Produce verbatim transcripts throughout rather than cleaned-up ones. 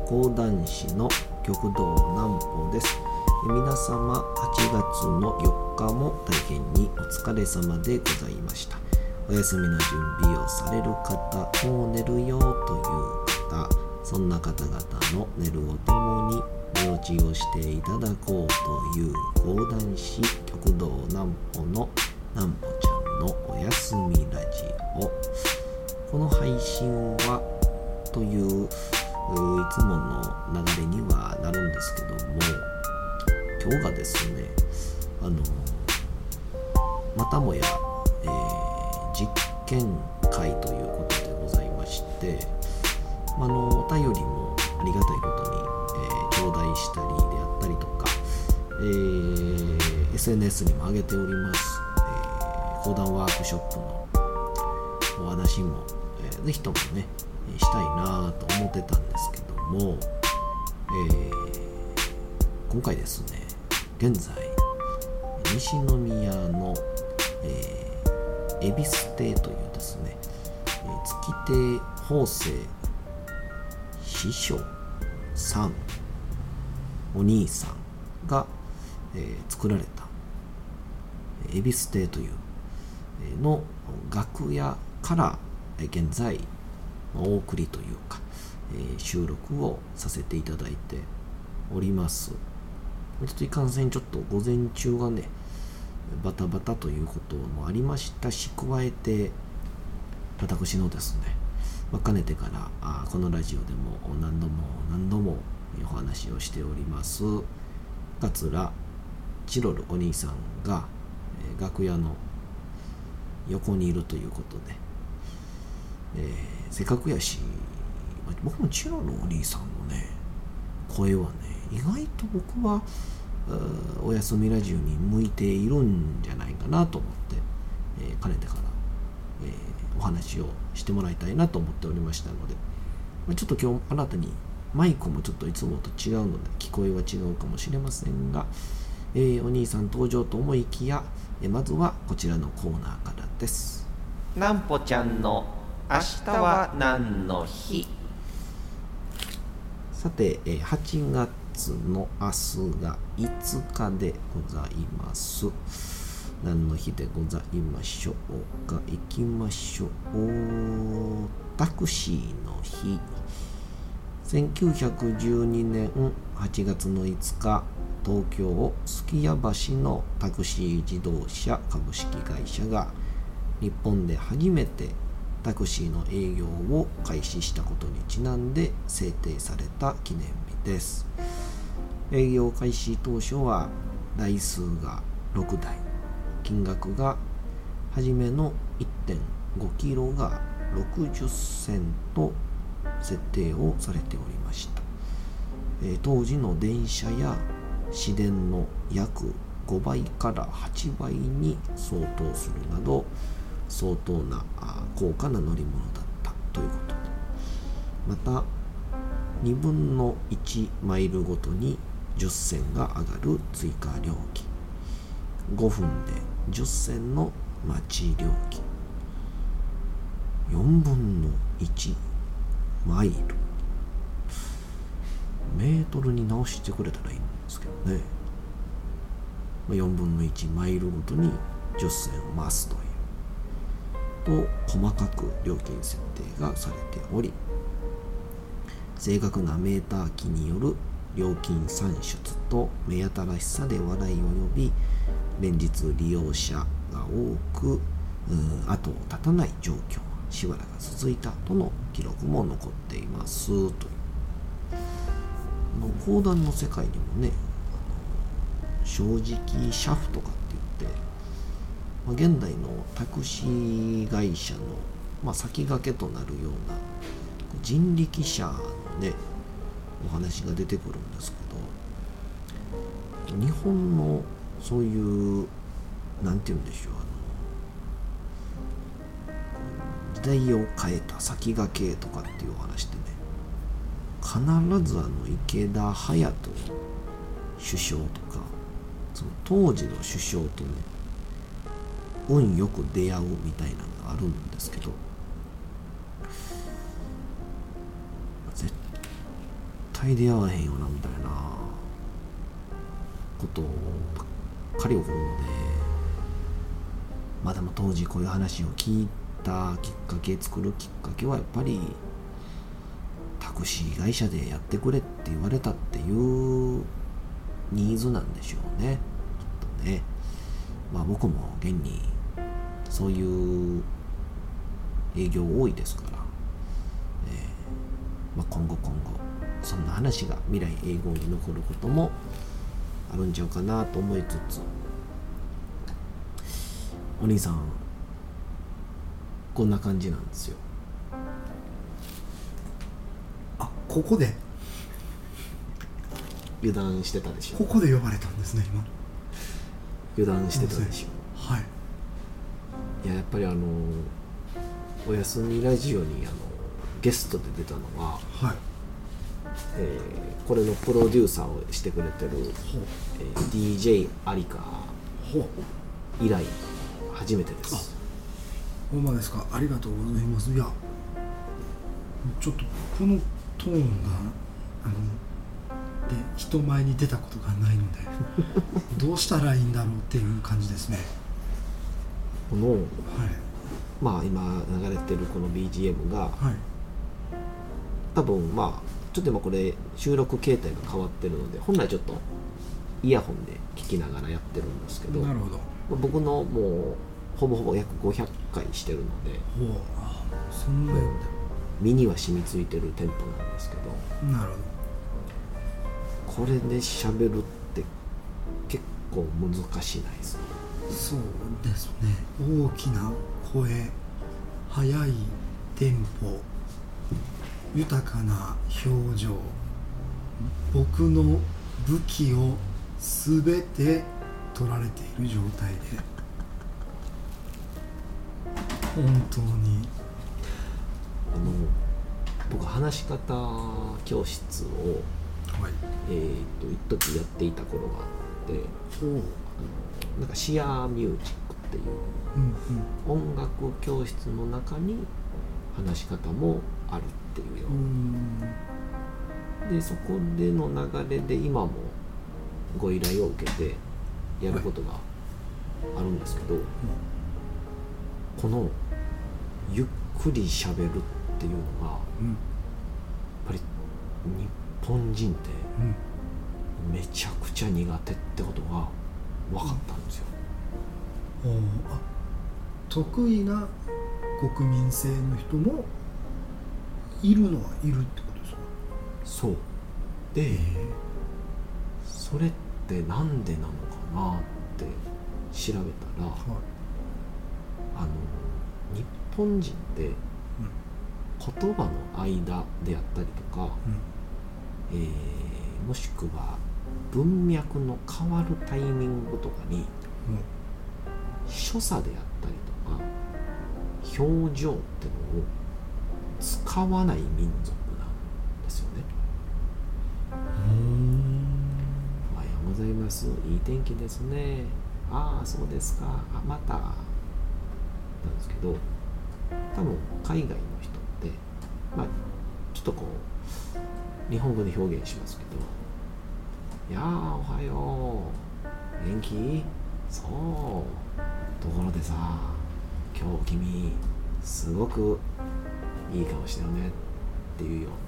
講談師の極道南歩です。皆様はちがつのよっかも大変にお疲れ様でございました。お休みの準備をされる方、もう寝るよという方、そんな方々の寝るをともに寝落ちをしていただこうという講談師極道南歩の南歩ちゃんのおやすみラジオ。この配信はといういつもの流れにはなるんですけども、今日がですね、あのまたもや、えー、実験会ということでございまして、あのお便りもありがたいことに、えー、頂戴したりであったりとか、えー、エスエヌエス にも上げております、えー、講談ワークショップのお話も、えー、ぜひともねしたいなと思ってたんですけども、えー、今回ですね、現在西宮の、えー、恵比寿亭というですね、えー、月亭法政師匠さん、お兄さんが、えー、作られた恵比寿亭というの楽屋から現在お送りというか、えー、収録をさせていただいております。ちょっといかんせんちょっと午前中がねバタバタということもありましたし、加えて私のですね、まあ、かねてからあこのラジオでも何度も何度もお話をしております桂チロルお兄さんが、えー、楽屋の横にいるということで、えー、せっかくやし僕もチロルお兄さんのね声はね意外と僕はおやすみラジオに向いているんじゃないかなと思って、えー、かねてから、えー、お話をしてもらいたいなと思っておりましたので、ちょっと今日新たにマイクもちょっといつもと違うので聞こえは違うかもしれませんが、えー、お兄さん登場と思いきや、えー、まずはこちらのコーナーからです。 南歩ちゃんの明日は何の日。 さて、えー、はちがつの明日がいつかでございます。何の日でございましょうか。行きましょう。タクシーの日。せんきゅうひゃくじゅうにねんはちがつのいつか、東京すきや橋のタクシー自動車株式会社が日本で初めてタクシーの営業を開始したことにちなんで制定された記念日です。営業開始当初は台数がろくだい、金額がはじめの いってんごキロがろくじゅっせんと設定をされておりました。えー、当時の電車や市電の約ごばいからはちばいに相当するなど相当な高価な乗り物だったということで、またにぶんのいちマイルごとにじゅっせんが上がる追加料金、ごふんでじゅっせんの待ち料金、よんぶんのいちマイル、メートルに直してくれたらいいんですけどね、よんぶんのいちマイルごとにじゅっせんを増すというと細かく料金設定がされており、正確なメーター機による料金算出と目新しさで笑いを呼び、連日利用者が多く後を絶たない状況しばらく続いたとの記録も残っていますという。講談の世界にもね、正直車夫とかって言って、現代のタクシー会社の、まあ、先駆けとなるような人力車のねお話が出てくるんですけど、日本のそういうなんて言うんでしょう、あの時代を変えた先駆けとかっていうお話でね、必ずあの池田隼人首相とかその当時の首相とね運よく出会うみたいなのがあるんですけど、絶対出会わへんよなみたいなことばっかり起こるので、まあでも当時こういう話を聞いたきっかけ、作るきっかけはやっぱりタクシー会社でやってくれって言われたっていうニーズなんでしょうね、きっとね。まあ僕も現にそういう営業多いですから、えーまあ、今後今後そんな話が未来永劫に残ることもあるんちゃうかなと思いつつ、お兄さんこんな感じなんですよ。 あ、ここで油断してたでしょ。 ここで呼ばれたんですね今。 油断してたでしょ。 はい。 いややっぱりあのおやすみラジオにあのゲストで出たのは、 はい。 えー、これのプロデューサーをしてくれてる、えー、ディージェー アリカ以来初めてです。 ほんまですか。ありがとうございます。いやちょっとこのトーンがあので人前に出たことがないのでどうしたらいいんだろうっていう感じですね。 この、はい、 はい、 まあ今流れてるこの ビージーエム が、 はい、 多分まあちょっと今これ収録形態が変わってるので本来ちょっとイヤホンで聞きながらやってるんですけど、 なるほど。 僕のもうほぼほぼ約ごひゃっかいしてるので、 ほう、あ、そんなよって身には染みついてるテンポなんですけど、 なるほど。 これで喋るって結構難しいないですか。 そうですね。大きな声、速いテンポ、豊かな表情、僕の武器をすべて取られている状態で本当にあの僕話し方教室を、 はい、 えー、と一時やっていた頃があって、 ほう、 あのなんかシアーミュージックっていう、 うん音楽教室の中に話し方もあるっていうようん、 うな、でそこでの流れで今もご依頼を受けてやることがあるんですけど、はい、このゆっくりしゃべるっていうのが、うん、やっぱり日本人ってめちゃくちゃ苦手ってことが分かったんですよ。 うん、あ、得意な国民性の人もいるのはいるってことですか。 そうで、それってなんでなのかなって調べたら、はい、あの日本人って言葉の間であったりとか、うん、えー、もしくは文脈の変わるタイミングとかに、うん、所作であったりとか表情ってのを使わない民族なんですよね。うーん、おはようございます、いい天気ですね、ああそうですか、あまたなんですけど、多分海外の人って、まあ、ちょっとこう日本語で表現しますけど、いやーおはよう、元気、そうところでさ、今日君すごくいい顔してるねっていうよ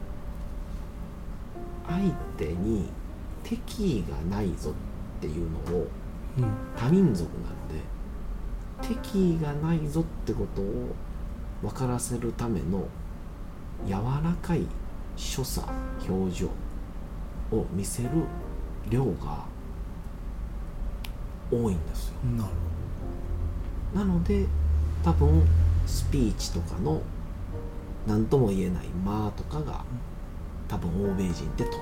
うな、相手に敵意がないぞっていうのを、うん、多民族なので敵意がないぞってことを分からせるための柔らかい所作表情を見せる量が多いんですよ。 なるほど。なので多分スピーチとかの何とも言えない間とかが多分欧米人って得意っていう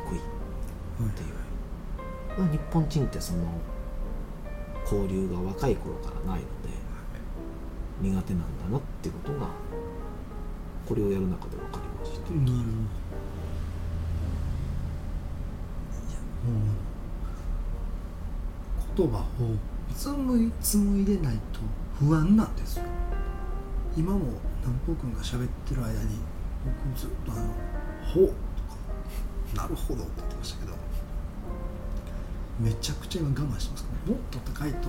、はい、日本人ってその交流が若い頃からないので苦手なんだなっていうことがこれをやる中で分かりました。 なるほど。いや、もう言葉を紡い紡いでないと不安なんですよ。今も南方君が喋ってる間に僕ずっとあの「ほう」とかなるほどって言ってましたけど、めちゃくちゃ今我慢してますから、もっと高いトーンで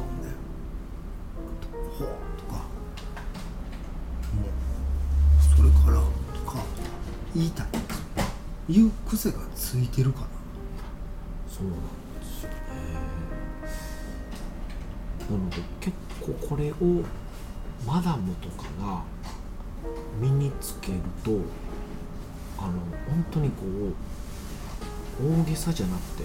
ほうとか、もうそれからとか言いたいいう癖がついてるかな。 そうなんですよね。なので結構これをマダムとかが身につけると、あの本当にこう大げさじゃなくて、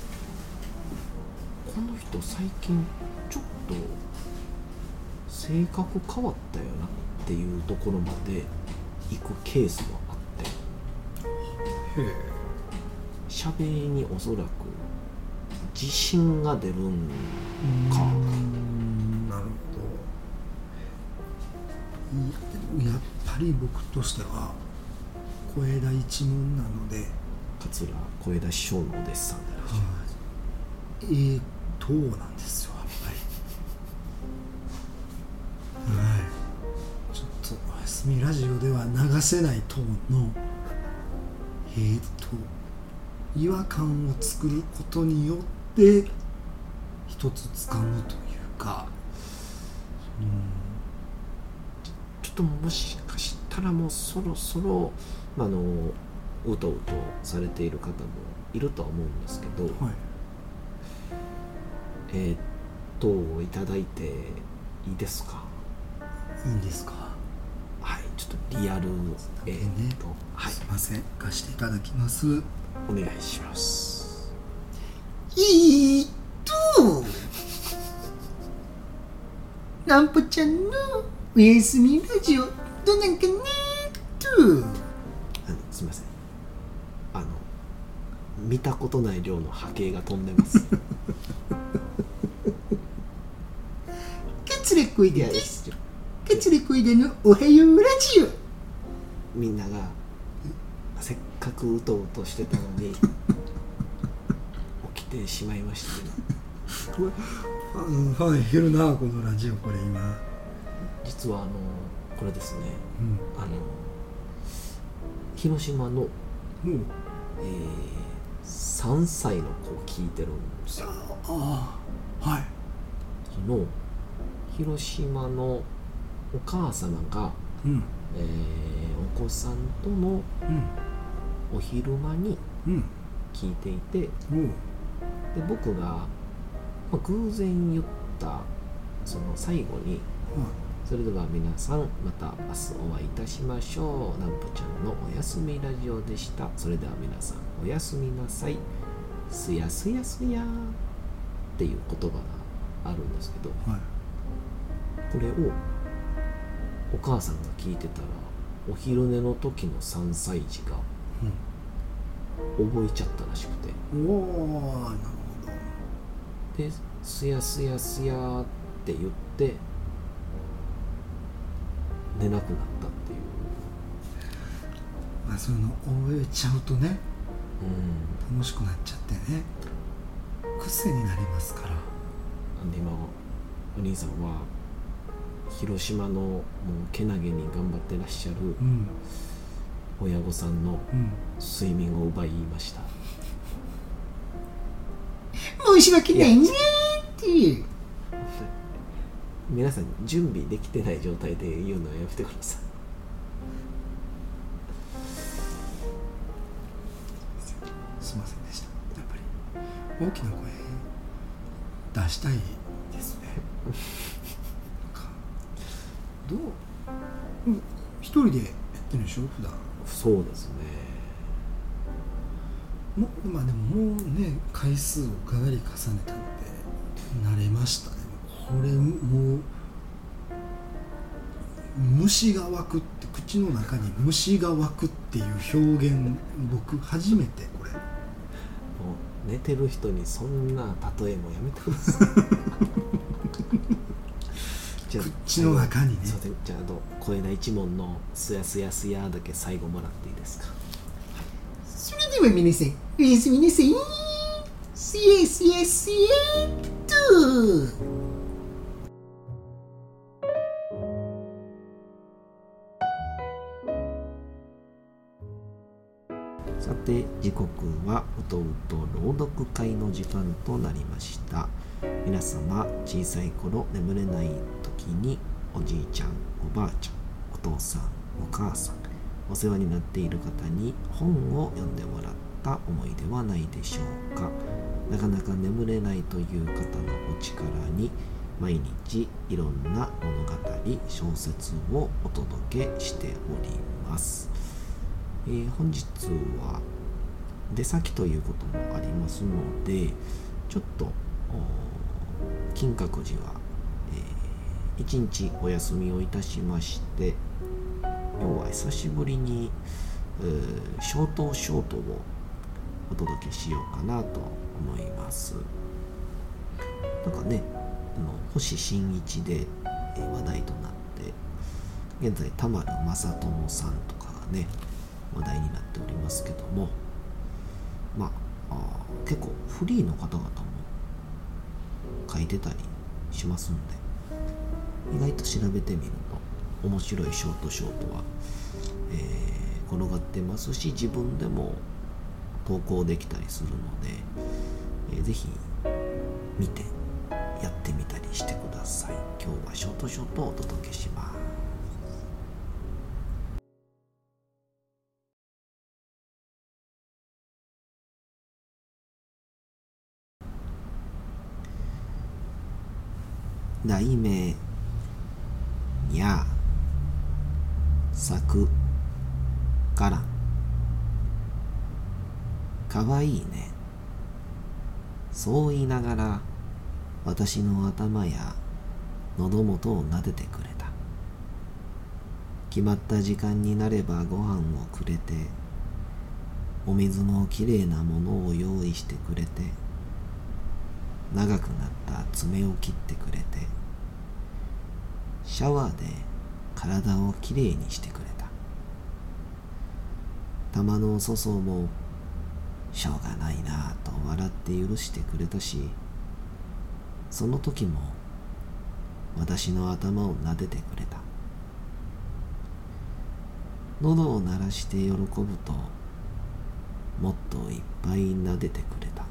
この人最近ちょっと性格変わったよなっていうところまで行くケースもあって、 へえ。 喋りにおそらく自信が出るんか。 うーん、なるほど。いや、やっぱり僕としては小枝一門なので、 桂小枝師匠のお弟子さんでいらっしゃる。 えーとなんですよ、やっぱり。はい。ちょっとおやすみラジオでは流せないトーンのえーと違和感を作ることによって一つ掴むというか、うん、 ちょっともしかしたらもうそろそろ、まあ、あのうとうとされている方もいるとは思うんですけど、 はい、 えーっといただいていいですか？ いいんですか？ はい、ちょっとリアルえーっね、 と、はい、 すいません、貸していただきます。 お願いします。 えーっとなんぽちゃんのおやすみラジオどうなんかねーと。 あのすいません、あの見たことない量の波形が飛んでます。 桂小枝です。桂小枝のおはようラジオ。 みんながせっかくうとうとしてたのに起きてしまいましたね。 ファン減るな、このラジオ。これ今実はあのこれですね、 うん、 あの広島の、 もうえー、さんさいの子を聞いてるんですよ。 ああ、はい。 その広島のお母様が、 うんえー、お子さんとのお昼間にうんうん。 聞いていて、 おう。 で僕が、まあ、偶然言ったその最後に、それでは皆さんまた明日お会いいたしましょう。なんぽちゃんのおやすみラジオでした。それでは皆さんおやすみなさい。すやすやすやっていう言葉があるんですけど、 はい。 これをお母さんが聞いてたら、お昼寝の時のさんさい児が覚えちゃったらしくて、 うん、おお、なるほど。 で、すやすやすやって言って寝なくなったっていう。 まあ、そういうの覚えちゃうとね、 うん、 楽しくなっちゃってね、癖になりますから。 で今お兄さんは広島のもうけなげに頑張ってらっしゃるうん親御さんのうん。 睡眠を奪いました。 申し訳ないねっていう。 皆さん準備できてない状態で言うのはやめてください。 すいませんでした。やっぱり大きな声出したいですね。なんかどう、うん、一人でやってるでしょ普段。 そうですね。 もうまあでももうね、回数をかなり重ねたので慣れましたね。これもう虫が湧くって、口の中に虫が湧くっていう表現、僕初めてこれ。 もう寝てる人にそんな例えもやめてください。じゃあ口の中にね。 すいません、じゃああの小枝一門のすやすやすやだけ最後もらっていいですか？ それでは皆さんおやすみなさい。すやすやすやっと。 さて時刻はうとうと朗読会の時間となりました。皆様、小さい頃眠れない時におじいちゃん、おばあちゃん、お父さん、お母さん、お世話になっている方に本を読んでもらった思いではないでしょうか。なかなか眠れないという方のお力に毎日いろんな物語、小説をお届けしております。えー、本日は出先ということもありますので、ちょっと金閣寺は、えー、一日お休みをいたしまして、今日は久しぶりに、えー、ショートショートをお届けしようかなと思います。なんかね、あの星新一で、えー、話題となって、現在田丸正智さんとかがね話題になっておりますけども、まあ、あ結構フリーの方々も書いてたりしますんで、意外と調べてみると面白いショートショートは、えー、転がってますし、自分でも投稿できたりするので、えー、ぜひ見てやってみたりしてください。今日はショートショートをお届けします。題名、にゃー作からん。かわいいね。そう言いながら私の頭や喉元を撫でてくれた。決まった時間になればご飯をくれて、お水のきれいなものを用意してくれて、長くなった爪を切ってくれて、シャワーで体をきれいにしてくれた。玉の粗相もしょうがないなぁと笑って許してくれたし、その時も私の頭を撫でてくれた。喉を鳴らして喜ぶと、もっといっぱい撫でてくれた。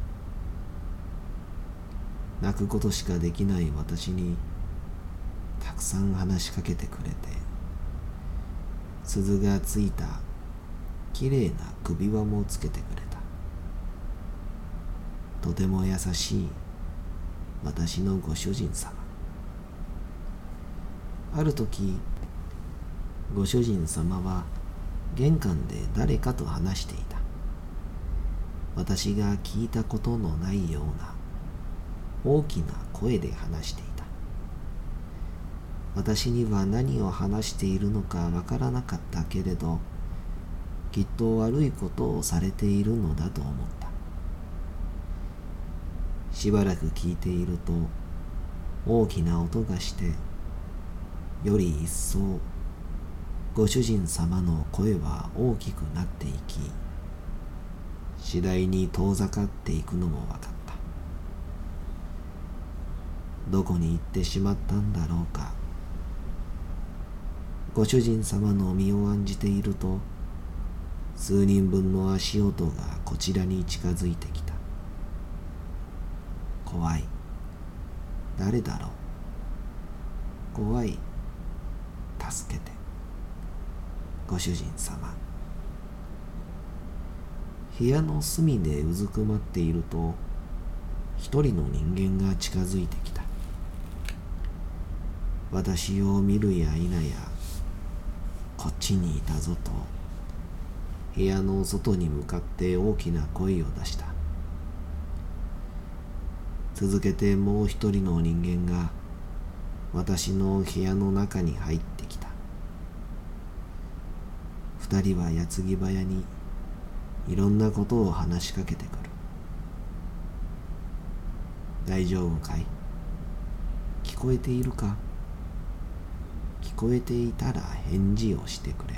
泣くことしかできない私にたくさん話しかけてくれて、鈴がついたきれいな首輪もつけてくれた。とても優しい私のご主人様。ある時、ご主人様は玄関で誰かと話していた。私が聞いたことのないような大きな声で話していた。私には何を話しているのかわからなかったけれど、きっと悪いことをされているのだと思った。しばらく聞いていると、大きな音がして、より一層ご主人様の声は大きくなっていき、次第に遠ざかっていくのもわかった。どこに行ってしまったんだろうか。ご主人様の身を案じていると、数人分の足音がこちらに近づいてきた。怖い。誰だろう。怖い。助けて。ご主人様。部屋の隅でうずくまっていると、一人の人間が近づいてきた。私を見るや否や、こっちにいたぞと、部屋の外に向かって大きな声を出した。続けてもう一人の人間が私の部屋の中に入ってきた。二人は矢継ぎ早にいろんなことを話しかけてくる。大丈夫かい？聞こえているか？聞こえていたら返事をしてくれ。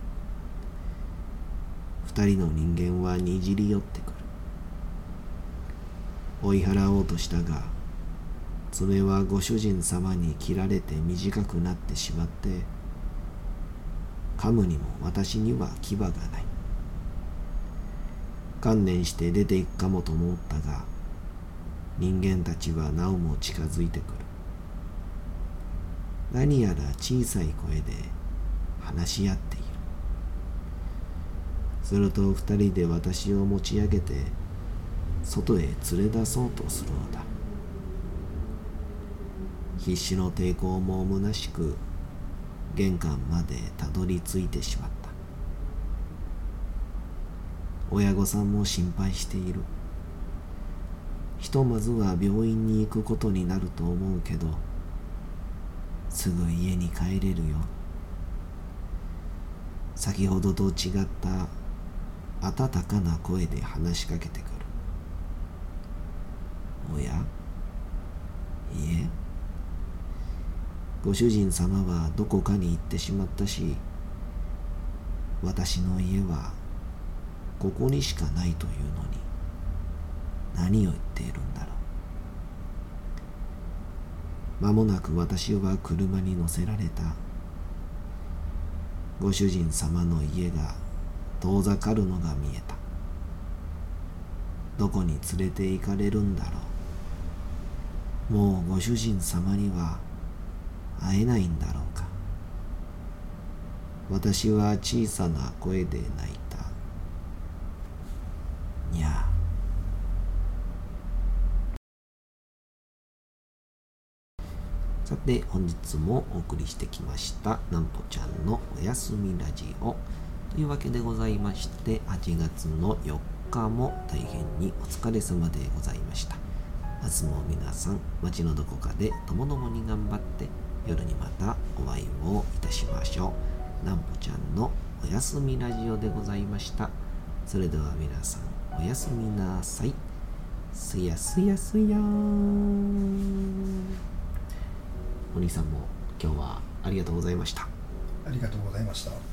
二人の人間はにじり寄ってくる。追い払おうとしたが、爪はご主人様に切られて短くなってしまって、噛むにも私には牙がない。 観念して出ていくかもと思ったが、人間たちはなおも近づいてくる。何やら小さい声で話し合っている。すると二人で私を持ち上げて外へ連れ出そうとするのだ。必死の抵抗も虚しく玄関までたどり着いてしまった。親御さんも心配している。ひとまずは病院に行くことになると思うけど、すぐ家に帰れるよ。先ほどと違った温かな声で話しかけてくる。おや、いえ、ご主人様はどこかに行ってしまったし、私の家はここにしかないというのに何を言っているんだろう。間もなく私は車に乗せられた。ご主人様の家が遠ざかるのが見えた。どこに連れて行かれるんだろう。もうご主人様には会えないんだろうか。私は小さな声で泣いた。にゃあ。さて本日もお送りしてきましたなんぽちゃんのおやすみラジオというわけでございまして、はちがつのよっかも大変にお疲れ様でございました。明日も皆さん街のどこかでともどもに頑張って夜にまたお会いをいたしましょう。なんぽちゃんのおやすみラジオでございました。それでは皆さんおやすみなさい。すやすやすやーん。お兄さんも今日はありがとうございました。 ありがとうございました。